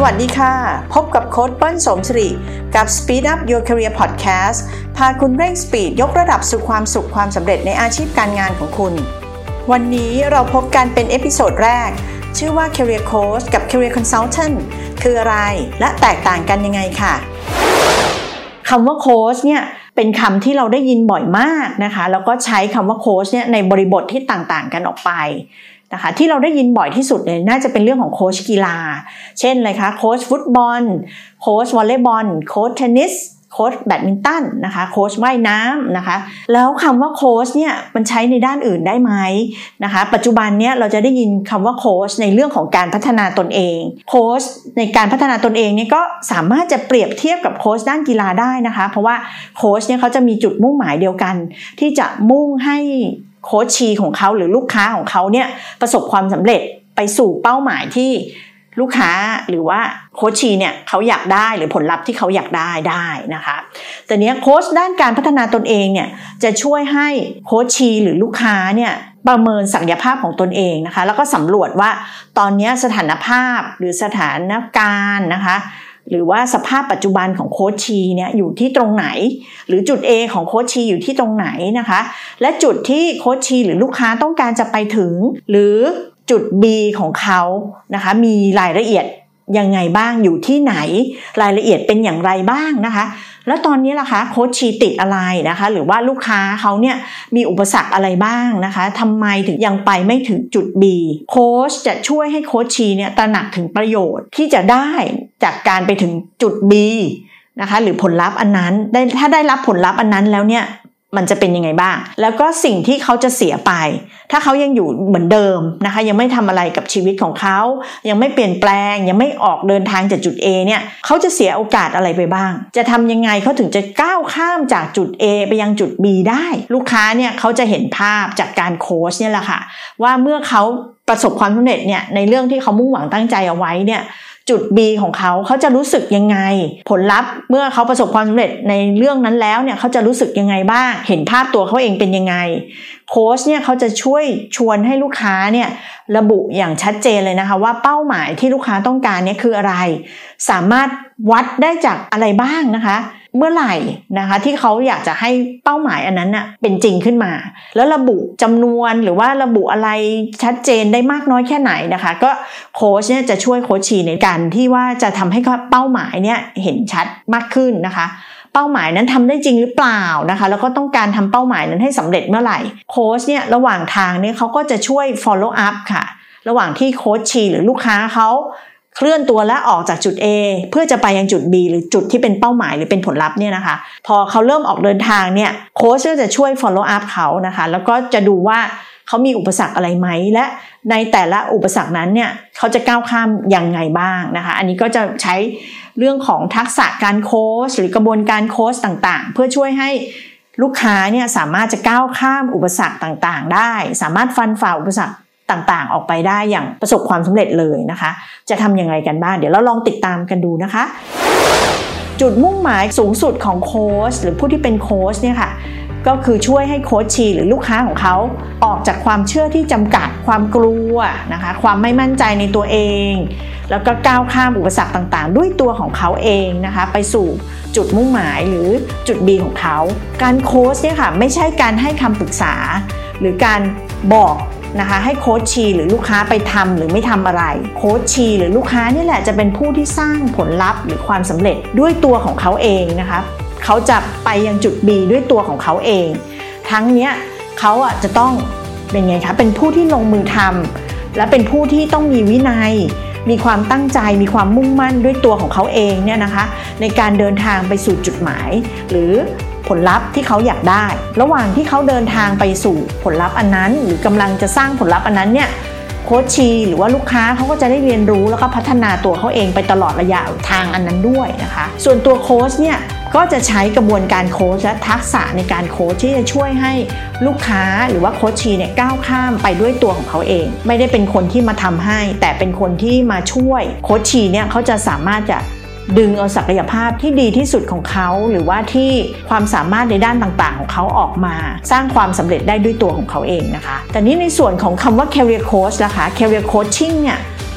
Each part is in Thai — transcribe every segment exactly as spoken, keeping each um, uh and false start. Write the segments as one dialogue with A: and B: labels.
A: วัสดีค่ะพบกับโค้ชเปิ้ลโสมสิริกับ Speed Up Your Career Podcast พาคุณเร่งสปีดยกระดับสู่ความสุขความสำเร็จในอาชีพการงานของคุณวันนี้เราพบกันเป็นเอพิโซดแรกชื่อว่า Career Coach กับ Career Consultant คืออะไรและแตกต่างกันยังไงค่ะคำว่าโค้ชเนี่ยเป็นคำที่เราได้ยินบ่อยมากนะคะแล้วก็ใช้คำว่าโค้ชเนี่ยในบริบทที่ต่างๆกันออกไปนะคะที่เราได้ยินบ่อยที่สุดเลยน่าจะเป็นเรื่องของโค้ชกีฬาเช่นอะไรคะโค้ชฟุตบอลโค้ชวอลเลย์บอลโค้ชเทนนิสโค้ชแบดมินตันนะคะโค้ชว่ายน้ำนะคะแล้วคำว่าโค้ชเนี่ยมันใช้ในด้านอื่นได้ไหมนะคะปัจจุบันเนี่ยเราจะได้ยินคำว่าโค้ชในเรื่องของการพัฒนาตนเองโค้ชในการพัฒนาตนเองเนี่ยก็สามารถจะเปรียบเทียบกับโค้ชด้านกีฬาได้นะคะเพราะว่าโค้ชเนี่ยเขาจะมีจุดมุ่งหมายเดียวกันที่จะมุ่งให้โค้ชชีของเขาหรือลูกค้าของเขาเนี่ยประสบความสำเร็จไปสู่เป้าหมายที่ลูกค้าหรือว่าโค้ชชีเนี่ยเขาอยากได้หรือผลลัพธ์ที่เขาอยากได้ได้นะคะแต่เนี้ยโค้ชด้านการพัฒนาตนเองเนี่ยจะช่วยให้โค้ชชีหรือลูกค้าเนี่ยประเมินศักยภาพของตนเองนะคะแล้วก็สำรวจว่าตอนนี้สถานภาพหรือสถานการณ์นะคะหรือว่าสภาพปัจจุบันของโค้ชชีเนี่ยอยู่ที่ตรงไหนหรือจุด A ของโค้ชชีอยู่ที่ตรงไหนนะคะและจุดที่โค้ชชีหรือลูกค้าต้องการจะไปถึงหรือจุด B ของเขานะคะมีรายละเอียดยังไงบ้างอยู่ที่ไหนรายละเอียดเป็นอย่างไรบ้างนะคะแล้วตอนนี้ล่ะคะโค้ชชีติดอะไรนะคะหรือว่าลูกค้าเขาเนี่ยมีอุปสรรคอะไรบ้างนะคะทำไมถึงยังไปไม่ถึงจุด B โค้ชจะช่วยให้โค้ชชีเนี่ยตระหนักถึงประโยชน์ที่จะได้จากการไปถึงจุด B นะคะหรือผลลัพธ์อันนั้นได้ถ้าได้รับผลลัพธ์อันนั้นแล้วเนี่ยมันจะเป็นยังไงบ้างแล้วก็สิ่งที่เขาจะเสียไปถ้าเขายังอยู่เหมือนเดิมนะคะยังไม่ทำอะไรกับชีวิตของเขายังไม่เปลี่ยนแปลงยังไม่ออกเดินทางจากจุด A เนี่ยเขาจะเสียโอกาสอะไรไปบ้างจะทำยังไงเขาถึงจะก้าวข้ามจากจุด A ไปยังจุด B ได้ลูกค้าเนี่ยเขาจะเห็นภาพจากการโค้ชเนี่ยแหละค่ะว่าเมื่อเขาประสบความสำเร็จเนี่ยในเรื่องที่เขามุ่งหวังตั้งใจเอาไว้เนี่ยจุด B ของเขาเขาจะรู้สึกยังไงผลลัพธ์เมื่อเขาประสบความสำเร็จในเรื่องนั้นแล้วเนี่ยเขาจะรู้สึกยังไงบ้างเห็นภาพตัวเขาเองเป็นยังไงโค้ชเนี่ยเขาจะช่วยชวนให้ลูกค้าเนี่ยระบุอย่างชัดเจนเลยนะคะว่าเป้าหมายที่ลูกค้าต้องการเนี่ยคืออะไรสามารถวัดได้จากอะไรบ้างนะคะเมื่อไหร่นะคะที่เขาอยากจะให้เป้าหมายอันนั้นน่ะเป็นจริงขึ้นมาแล้วระบุจำนวนหรือว่าระบุอะไรชัดเจนได้มากน้อยแค่ไหนนะคะก็โค้ชเนี่ยจะช่วยโค้ชชีในการที่ว่าจะทำให้เป้าหมายเนี่ยเห็นชัดมากขึ้นนะคะเป้าหมายนั้นทำได้จริงหรือเปล่านะคะแล้วก็ต้องการทำเป้าหมายนั้นให้สำเร็จเมื่อไหร่โค้ชเนี่ยระหว่างทางเนี่ยเขาก็จะช่วย follow up ค่ะระหว่างที่โค้ชชีหรือลูกค้าเขาเคลื่อนตัวและออกจากจุด A เพื่อจะไปยังจุด B หรือจุดที่เป็นเป้าหมายหรือเป็นผลลัพธ์เนี่ยนะคะพอเขาเริ่มออกเดินทางเนี่ยโค้ชก็จะช่วย follow up เขานะคะแล้วก็จะดูว่าเขามีอุปสรรคอะไรไหมและในแต่ละอุปสรรคนั้นเนี่ยเขาจะก้าวข้ามยังไงบ้างนะคะอันนี้ก็จะใช้เรื่องของทักษะการโค้ชหรือกระบวนการโค้ชต่างๆเพื่อช่วยให้ลูกค้าเนี่ยสามารถจะก้าวข้ามอุปสรรคต่างๆได้สามารถฟันฝ่าอุปสรรคต่างๆออกไปได้อย่างประสบความสำเร็จเลยนะคะจะทำยังไงกันบ้างเดี๋ยวเราลองติดตามกันดูนะคะจุดมุ่งหมายสูงสุดของโค้ชหรือผู้ที่เป็นโค้ชเนี่ยค่ะก็คือช่วยให้โค้ชชีหรือลูกค้าของเขาออกจากความเชื่อที่จำกัดความกลัวนะคะความไม่มั่นใจในตัวเองแล้วก็ก้าวข้ามอุปสรรคต่างๆด้วยตัวของเขาเองนะคะไปสู่จุดมุ่งหมายหรือจุด B ของเขาการโค้ชเนี่ยค่ะไม่ใช่การให้คำปรึกษาหรือการบอกนะคะให้โค้ชชีหรือลูกค้าไปทำหรือไม่ทำอะไรโค้ชชีหรือลูกค้านี่แหละจะเป็นผู้ที่สร้างผลลัพธ์หรือความสำเร็จด้วยตัวของเขาเองนะคะเขาจะไปยังจุด B ด้วยตัวของเขาเองทั้งเนี้ยเขาอ่ะจะต้องเป็นไงคะเป็นผู้ที่ลงมือทำและเป็นผู้ที่ต้องมีวินัยมีความตั้งใจมีความมุ่งมั่นด้วยตัวของเขาเองเนี่ยนะคะในการเดินทางไปสู่จุดหมายหรือผลลัพธ์ที่เขาอยากได้ระหว่างที่เขาเดินทางไปสู่ผลลัพธ์อันนั้นหรือกำลังจะสร้างผลลัพธ์อันนั้นเนี่ยโค้ชชีหรือว่าลูกค้าเขาก็จะได้เรียนรู้แล้วก็พัฒนาตัวเขาเองไปตลอดระยะทางอันนั้นด้วยนะคะส่วนตัวโค้ชเนี่ยก็จะใช้กระบวนการโค้ชและทักษะในการโค้ชที่จะช่วยให้ลูกค้าหรือว่าโค้ชชีเนี่ยก้าวข้ามไปด้วยตัวของเขาเองไม่ได้เป็นคนที่มาทำให้แต่เป็นคนที่มาช่วยโค้ชชีเนี่ยเขาจะสามารถจะดึงเอาศักยภาพที่ดีที่สุดของเขาหรือว่าที่ความสามารถในด้านต่างๆของเขาออกมาสร้างความสำเร็จได้ด้วยตัวของเขาเองนะคะแต่นี้ในส่วนของคำว่า career coach นะคะ career coaching เนี่ย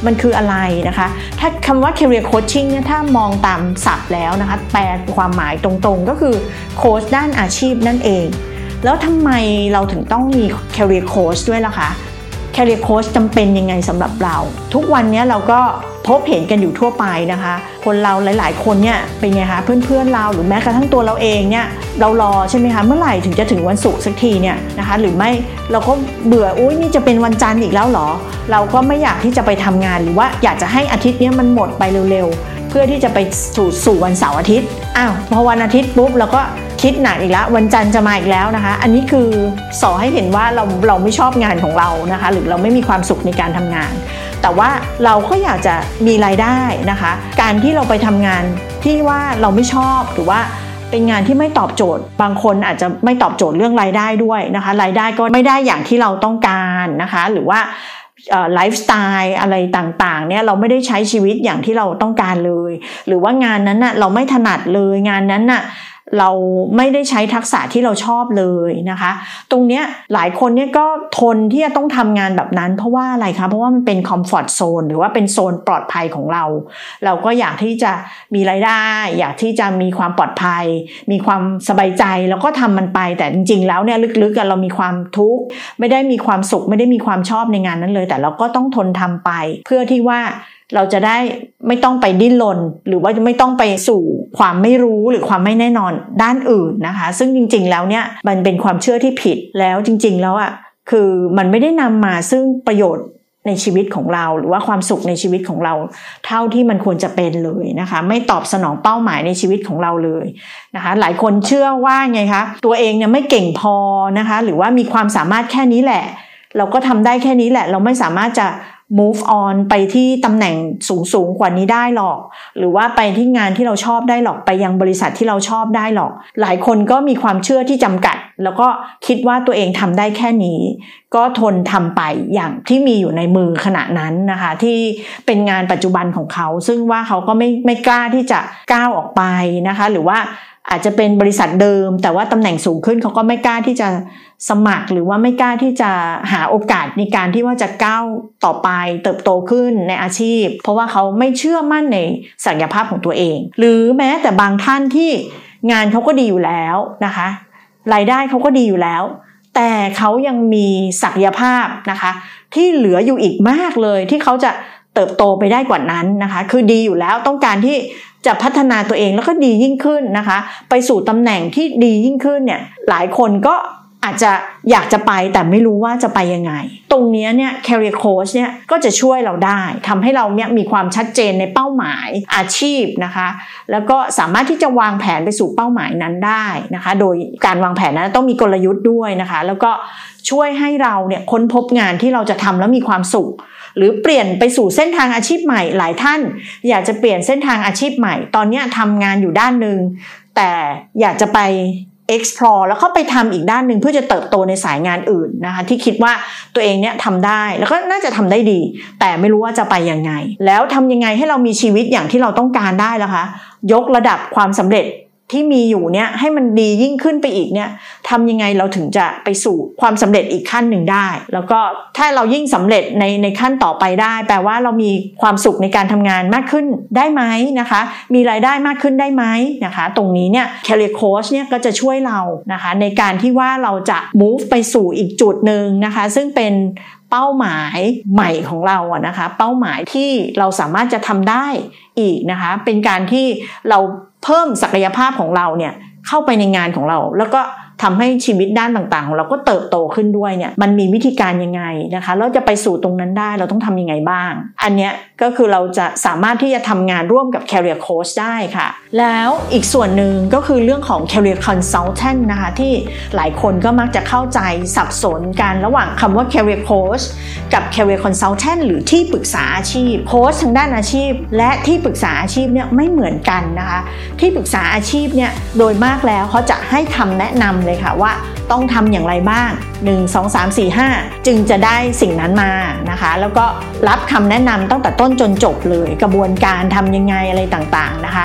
A: มันคืออะไรนะคะถ้าคำว่า career coaching เนี่ยถ้ามองตามศัพท์แล้วนะคะแปลความหมายตรงๆก็คือโค้ชด้านอาชีพนั่นเองแล้วทำไมเราถึงต้องมี career coach ด้วยล่ะคะ career coach จำเป็นยังไงสำหรับเราทุกวันนี้เราก็พบเห็นกันอยู่ทั่วไปนะคะคนเราหลายๆคนเนี่ยเป็นไงคะเพื่อนๆเราหรือแม้กระทั่งตัวเราเองเนี่ยเรารอใช่ไหมคะเมื่อไหร่ถึงจะถึงวันศุกร์สักทีเนี่ยนะคะหรือไม่เราก็เบื่ออุ้ยนี่จะเป็นวันจันทร์อีกแล้วเหรอเราก็ไม่อยากที่จะไปทำงานหรือว่าอยากจะให้อาทิตย์นี้มันหมดไปเร็วๆเพื่อที่จะไปสู่สู่วันเสาร์อาทิตย์อ้าวพอวันอาทิตย์ปุ๊บเราก็คิดหนักอีกแล้ววันจันทร์จะมาอีกแล้วนะคะอันนี้คือสอให้เห็นว่าเราเราไม่ชอบงานของเรานะคะหรือเราไม่มีความสุขในการทำงานแต่ว่าเราก็อยากจะมีรายได้นะคะการที่เราไปทำงานที่ว่าเราไม่ชอบหรือว่าเป็นงานที่ไม่ตอบโจทย์บางคนอาจจะไม่ตอบโจทย์เรื่องรายได้ด้วยนะคะรายได้ก็ไม่ได้อย่างที่เราต้องการนะคะหรือว่าไลฟ์สไตล์อะไรต่างๆเนี่ยเราไม่ได้ใช้ชีวิตอย่างที่เราต้องการเลยหรือว่างานนั้นน่ะเราไม่ถนัดเลยงานนั้นน่ะเราไม่ได้ใช้ทักษะที่เราชอบเลยนะคะตรงเนี้ยหลายคนเนี่ยก็ทนที่จะต้องทำงานแบบนั้นเพราะว่าอะไรคะเพราะว่ามันเป็นคอมฟอร์ตโซนหรือว่าเป็นโซนปลอดภัยของเราเราก็อยากที่จะมีรายได้อยากที่จะมีความปลอดภัยมีความสบายใจแล้วก็ทำมันไปแต่จริงๆแล้วเนี่ยลึกๆเรามีความทุกข์ไม่ได้มีความสุขไม่ได้มีความชอบในงานนั้นเลยแต่เราก็ต้องทนทำไปเพื่อที่ว่าเราจะได้ไม่ต้องไปดิ้นรนหรือว่าไม่ต้องไปสู่ความไม่รู้หรือความไม่แน่นอนด้านอื่นนะคะซึ่งจริงๆแล้วเนี่ยมันเป็นความเชื่อที่ผิดแล้วจริงๆแล้วอ่ะคือมันไม่ได้นำมาซึ่งประโยชน์ในชีวิตของเราหรือว่าความสุขในชีวิตของเราเท่าที่มันควรจะเป็นเลยนะคะไม่ตอบสนองเป้าหมายในชีวิตของเราเลยนะคะหลายคนเชื่อว่าไงคะตัวเองเนี่ยไม่เก่งพอนะคะหรือว่ามีความสามารถแค่นี้แหละเราก็ทำได้แค่นี้แหละเราไม่สามารถจะmove on ไปที่ตำแหน่งสูงๆกว่านี้ได้หรอกหรือว่าไปที่งานที่เราชอบได้หรอกไปยังบริษัทที่เราชอบได้หรอกหลายคนก็มีความเชื่อที่จำกัดแล้วก็คิดว่าตัวเองทำได้แค่นี้ก็ทนทำไปอย่างที่มีอยู่ในมือขณะนั้นนะคะที่เป็นงานปัจจุบันของเขาซึ่งว่าเขาก็ไม่ไม่กล้าที่จะก้าวออกไปนะคะหรือว่าอาจจะเป็นบริษัทเดิมแต่ว่าตำแหน่งสูงขึ้นเขาก็ไม่กล้าที่จะสมัครหรือว่าไม่กล้าที่จะหาโอกาสในการที่ว่าจะก้าวต่อไปเติบโตขึ้นในอาชีพเพราะว่าเขาไม่เชื่อมั่นในศักยภาพของตัวเองหรือแม้แต่บางท่านที่งานเขาก็ดีอยู่แล้วนะคะรายได้เขาก็ดีอยู่แล้วแต่เขายังมีศักยภาพนะคะที่เหลืออยู่อีกมากเลยที่เขาจะเติบโตไปได้กว่านั้นนะคะคือดีอยู่แล้วต้องการที่จะพัฒนาตัวเองแล้วก็ดียิ่งขึ้นนะคะไปสู่ตำแหน่งที่ดียิ่งขึ้นเนี่ยหลายคนก็อาจจะอยากจะไปแต่ไม่รู้ว่าจะไปยังไงตรงนี้เนี่ย career coach เนี่ยก็จะช่วยเราได้ทำให้เราเนี่ยมีความชัดเจนในเป้าหมายอาชีพนะคะแล้วก็สามารถที่จะวางแผนไปสู่เป้าหมายนั้นได้นะคะโดยการวางแผนนั้นต้องมีกลยุทธ์ด้วยนะคะแล้วก็ช่วยให้เราเนี่ยค้นพบงานที่เราจะทำแล้วมีความสุขหรือเปลี่ยนไปสู่เส้นทางอาชีพใหม่หลายท่านอยากจะเปลี่ยนเส้นทางอาชีพใหม่ตอนนี้ทำงานอยู่ด้านนึงแต่อยากจะไป explore แล้วก็ไปทำอีกด้านนึงเพื่อจะเติบโตในสายงานอื่นนะคะที่คิดว่าตัวเองเนี่ยทำได้แล้วก็น่าจะทำได้ดีแต่ไม่รู้ว่าจะไปยังไงแล้วทำยังไงให้เรามีชีวิตอย่างที่เราต้องการได้ล่ะคะยกระดับความสำเร็จที่มีอยู่เนี่ยให้มันดียิ่งขึ้นไปอีกเนี่ยทำยังไงเราถึงจะไปสู่ความสำเร็จอีกขั้นหนึ่งได้แล้วก็ถ้าเรายิ่งสำเร็จในในขั้นต่อไปได้แปลว่าเรามีความสุขในการทำงานมากขึ้นได้ไหมนะคะมีรายได้มากขึ้นได้ไหมนะคะตรงนี้เนี่ย career coach เนี่ยก็จะช่วยเรานะคะในการที่ว่าเราจะ move ไปสู่อีกจุดหนึ่งนะคะซึ่งเป็นเป้าหมายใหม่ของเราอะนะคะเป้าหมายที่เราสามารถจะทำได้อีกนะคะเป็นการที่เราเพิ่มศักยภาพของเราเนี่ยเข้าไปในงานของเราแล้วก็ทำให้ชีวิตด้านต่างๆของเราก็เติบโตขึ้นด้วยเนี่ยมันมีวิธีการยังไงนะคะแล้วจะไปสู่ตรงนั้นได้เราต้องทำยังไงบ้างอันเนี้ยก็คือเราจะสามารถที่จะทำงานร่วมกับ career coach ได้ค่ะแล้วอีกส่วนหนึ่งก็คือเรื่องของ career consultant นะคะที่หลายคนก็มักจะเข้าใจสับสนกันระหว่างคำว่า career coach กับ career consultant หรือที่ปรึกษาอาชีพโค้ชทางด้านอาชีพและที่ปรึกษาอาชีพเนี่ยไม่เหมือนกันนะคะที่ปรึกษาอาชีพเนี่ยโดยมากแล้วเขาจะให้คำแนะนำเลยค่ะว่าต้องทำอย่างไรบ้างหนึ่ง สอง สาม สี่ ห้าจึงจะได้สิ่งนั้นมานะคะแล้วก็รับคำแนะนำตั้งแต่ต้นจนจบเลยกระบวนการทำยังไงอะไรต่างๆนะคะ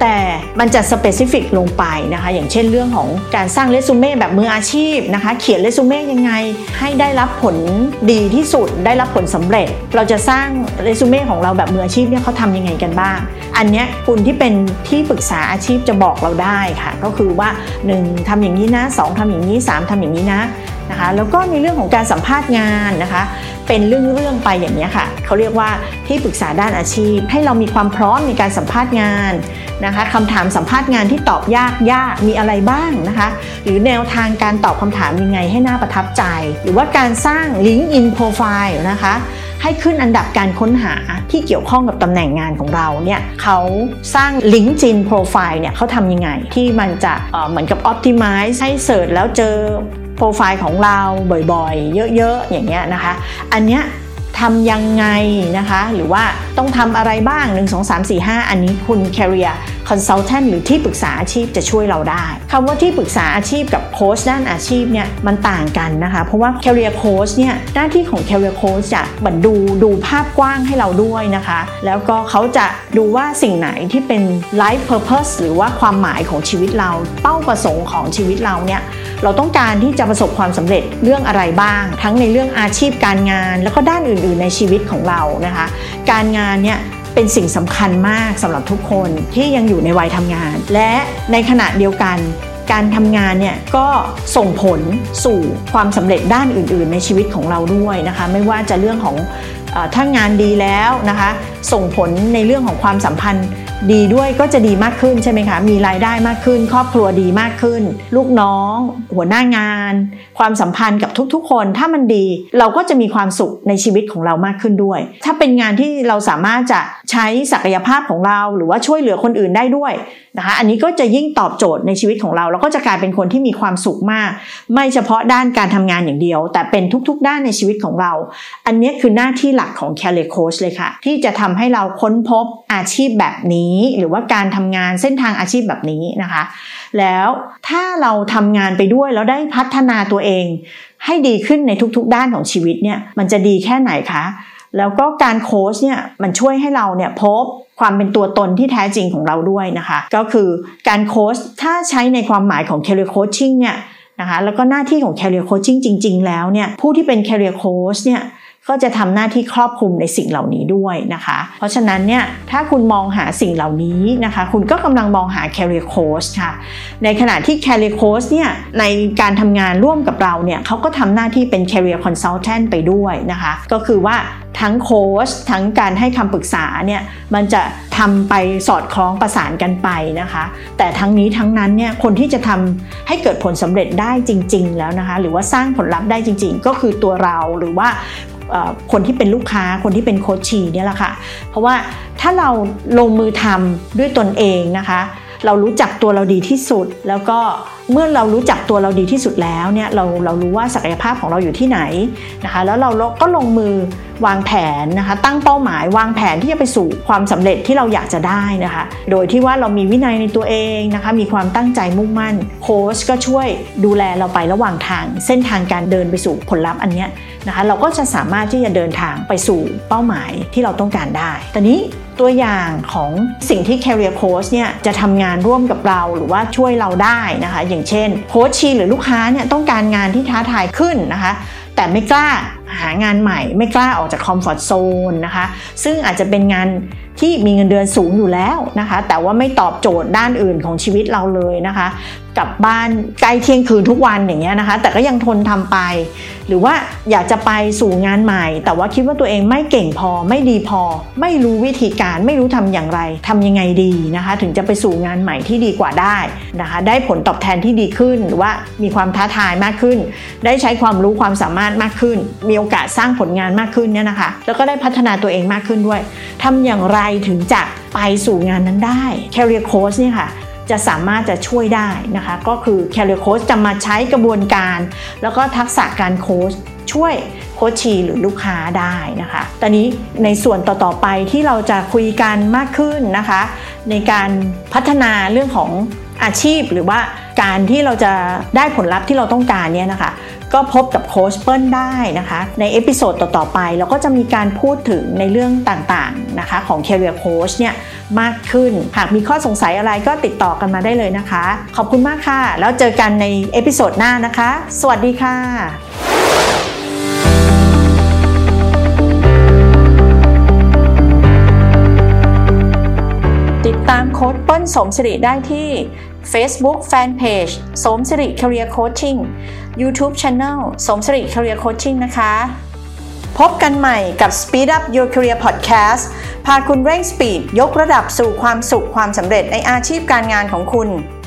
A: แต่มันจะสเปซิฟิกลงไปนะคะอย่างเช่นเรื่องของการสร้างเรซูเม่แบบมืออาชีพนะคะเขียนเรซูเม่ยังไงให้ได้รับผลดีที่สุดได้รับผลสำเร็จเราจะสร้างเรซูเม่ของเราแบบมืออาชีพเนี่ยเขาทำยังไงกันบ้างอันเนี้ยคุณที่เป็นที่ปรึกษาอาชีพจะบอกเราได้ค่ะก็คือว่าหนึ่งทำอย่างนี้นะสองทำอย่างนี้สามทำอย่างนี้นะนะคะแล้วก็ในเรื่องของการสัมภาษณ์งานนะคะเป็นเรื่องๆไปอย่างนี้ค่ะเขาเรียกว่าที่ปรึกษาด้านอาชีพให้เรามีความพร้อมในการสัมภาษณ์งานนะคะคำถามสัมภาษณ์งานที่ตอบยากยากมีอะไรบ้างนะคะหรือแนวทางการตอบคำถามยังไงให้น่าประทับใจหรือว่าการสร้าง LinkedIn Profile นะคะให้ขึ้นอันดับการค้นหาที่เกี่ยวข้องกับตำแหน่งงานของเราเนี่ยเขาสร้าง LinkedIn Profile เนี่ยเขาทำยังไงที่มันจะเอ่อเหมือนกับ Optimize ให้เสิร์ชแล้วเจอโปรไฟล์ของเราบ่อยๆเยอะๆอย่างเงี้ยนะคะอันเนี้ยทำยังไงนะคะหรือว่าต้องทำอะไรบ้างหนึ่ง สอง สาม สี่ ห้าอันนี้คุณ Career Consultant หรือที่ปรึกษาอาชีพจะช่วยเราได้คำว่าที่ปรึกษาอาชีพกับโค้ชด้านอาชีพเนี่ยมันต่างกันนะคะเพราะว่า Career Coach เนี่ยหน้าที่ของ Career Coach จะเหมือนดูดูภาพกว้างให้เราด้วยนะคะแล้วก็เขาจะดูว่าสิ่งไหนที่เป็น Life Purpose หรือว่าความหมายของชีวิตเราเป้าประสงค์ของชีวิตเราเนี่ยเราต้องการที่จะประสบความสำเร็จเรื่องอะไรบ้างทั้งในเรื่องอาชีพการงานแล้วก็ด้านอื่นๆในชีวิตของเรานะคะการงานเนี่ยเป็นสิ่งสำคัญมากสำหรับทุกคนที่ยังอยู่ในวัยทำงานและในขณะเดียวกันการทำงานเนี่ยก็ส่งผลสู่ความสำเร็จด้านอื่นๆในชีวิตของเราด้วยนะคะไม่ว่าจะเรื่องของเอ่อถ้างานดีแล้วนะคะส่งผลในเรื่องของความสัมพันธ์ดีด้วยก็จะดีมากขึ้นใช่ไหมคะมีรายได้มากขึ้นครอบครัวดีมากขึ้นลูกน้องหัวหน้างานความสัมพันธ์กับทุกๆคนถ้ามันดีเราก็จะมีความสุขในชีวิตของเรามากขึ้นด้วยถ้าเป็นงานที่เราสามารถจะใช้ศักยภาพของเราหรือว่าช่วยเหลือคนอื่นได้ด้วยนะคะอันนี้ก็จะยิ่งตอบโจทย์ในชีวิตของเราแล้วก็จะกลายเป็นคนที่มีความสุขมากไม่เฉพาะด้านการทำงานอย่างเดียวแต่เป็นทุกๆด้านในชีวิตของเราอันนี้คือหน้าที่หลักของ Career Coach เลยค่ะที่จะทำให้เราค้นพบอาชีพแบบนี้หรือว่าการทำงานเส้นทางอาชีพแบบนี้นะคะแล้วถ้าเราทำงานไปด้วยแล้วได้พัฒนาตัวเองให้ดีขึ้นในทุกๆด้านของชีวิตเนี่ยมันจะดีแค่ไหนคะแล้วก็การโค้ชเนี่ยมันช่วยให้เราเนี่ยพบความเป็นตัวตนที่แท้จริงของเราด้วยนะคะก็คือการโค้ชถ้าใช้ในความหมายของ Career Coaching เนี่ยนะคะแล้วก็หน้าที่ของ Career Coaching จริงๆแล้วเนี่ยผู้ที่เป็น Career Coach เนี่ยก็จะทำหน้าที่ครอบคลุมในสิ่งเหล่านี้ด้วยนะคะเพราะฉะนั้นเนี่ยถ้าคุณมองหาสิ่งเหล่านี้นะคะคุณก็กำลังมองหา Career Coach ค่ะในขณะที่ Career Coach เนี่ยในการทำงานร่วมกับเราเนี่ยเขาก็ทำหน้าที่เป็น Career Consultant ไปด้วยนะคะก็คือว่าทั้งโค้ชทั้งการให้คำปรึกษาเนี่ยมันจะทำไปสอดคล้องประสานกันไปนะคะแต่ทั้งนี้ทั้งนั้นเนี่ยคนที่จะทำให้เกิดผลสำเร็จได้จริงๆแล้วนะคะหรือว่าสร้างผลลัพธ์ได้จริงๆก็คือตัวเราหรือว่าคนที่เป็นลูกค้าคนที่เป็นโค้ชชีเนี่ยแหละค่ะเพราะว่าถ้าเราลงมือทำด้วยตนเองนะคะเรารู้จักตัวเราดีที่สุดแล้วก็เมื่อเรารู้จักตัวเราดีที่สุดแล้วเนี่ยเราเรารู้ว่าศักยภาพของเราอยู่ที่ไหนนะคะแล้วเราก็ลงมือวางแผนนะคะตั้งเป้าหมายวางแผนที่จะไปสู่ความสำเร็จที่เราอยากจะได้นะคะโดยที่ว่าเรามีวินัยในตัวเองนะคะมีความตั้งใจมุ่งมั่นโค้ชก็ช่วยดูแลเราไประหว่างทางเส้นทางการเดินไปสู่ผลลัพธ์อันเนี้ยนะคะเราก็จะสามารถที่จะเดินทางไปสู่เป้าหมายที่เราต้องการได้ตอนนี้ตัวอย่างของสิ่งที่ Career Coach เนี่ยจะทำงานร่วมกับเราหรือว่าช่วยเราได้นะคะอย่างเช่นโค้ชชีหรือลูกค้าเนี่ยต้องการงานที่ท้าทายขึ้นนะคะแต่ไม่กล้าหางานใหม่ไม่กล้าออกจากคอมฟอร์ตโซนนะคะซึ่งอาจจะเป็นงานที่มีเงินเดือนสูงอยู่แล้วนะคะแต่ว่าไม่ตอบโจทย์ด้านอื่นของชีวิตเราเลยนะคะกลับบ้านใกล้เที่ยงคืนทุกวันอย่างเงี้ยนะคะแต่ก็ยังทนทำไปหรือว่าอยากจะไปสู่งานใหม่แต่ว่าคิดว่าตัวเองไม่เก่งพอไม่ดีพอไม่รู้วิธีการไม่รู้ทำอย่างไรทำยังไงดีนะคะถึงจะไปสู่งานใหม่ที่ดีกว่าได้นะคะได้ผลตอบแทนที่ดีขึ้นหรือว่ามีความท้าทายมากขึ้นได้ใช้ความรู้ความสามารถมากขึ้นมีโอกาสสร้างผลงานมากขึ้นเนี่ยนะคะแล้วก็ได้พัฒนาตัวเองมากขึ้นด้วยทำอย่างไรถึงจะไปสู่งานนั้นได้ Career Coach เนี่ยค่ะจะสามารถจะช่วยได้นะคะก็คือ Career Coach จะมาใช้กระบวนการแล้วก็ทักษะการโค้ชช่วยโค้ชชีหรือลูกค้าได้นะคะตอนนี้ในส่วนต่อๆไปที่เราจะคุยกันมากขึ้นนะคะในการพัฒนาเรื่องของอาชีพหรือว่าการที่เราจะได้ผลลัพธ์ที่เราต้องการเนี่ยนะคะก็พบกับโค้ชเปิ้ลได้นะคะในเอพิโซดต่อๆไปเราก็จะมีการพูดถึงในเรื่องต่างๆนะคะของ Career Coach เนี่ยมากขึ้นหากมีข้อสงสัยอะไรก็ติดต่อกันมาได้เลยนะคะขอบคุณมากค่ะแล้วเจอกันในเอพิโซดหน้านะคะสวัสดีค่ะติดตามโค้ชเปิ้ลสมศิริได้ที่ Facebook Fanpage สมศิริ Career Coaching YouTube Channel สมศิริ Career Coaching นะคะพบกันใหม่กับ Speed Up Your Career Podcast พาคุณเร่งสปีดยกระดับสู่ความสุขความสำเร็จในอาชีพการงานของคุณ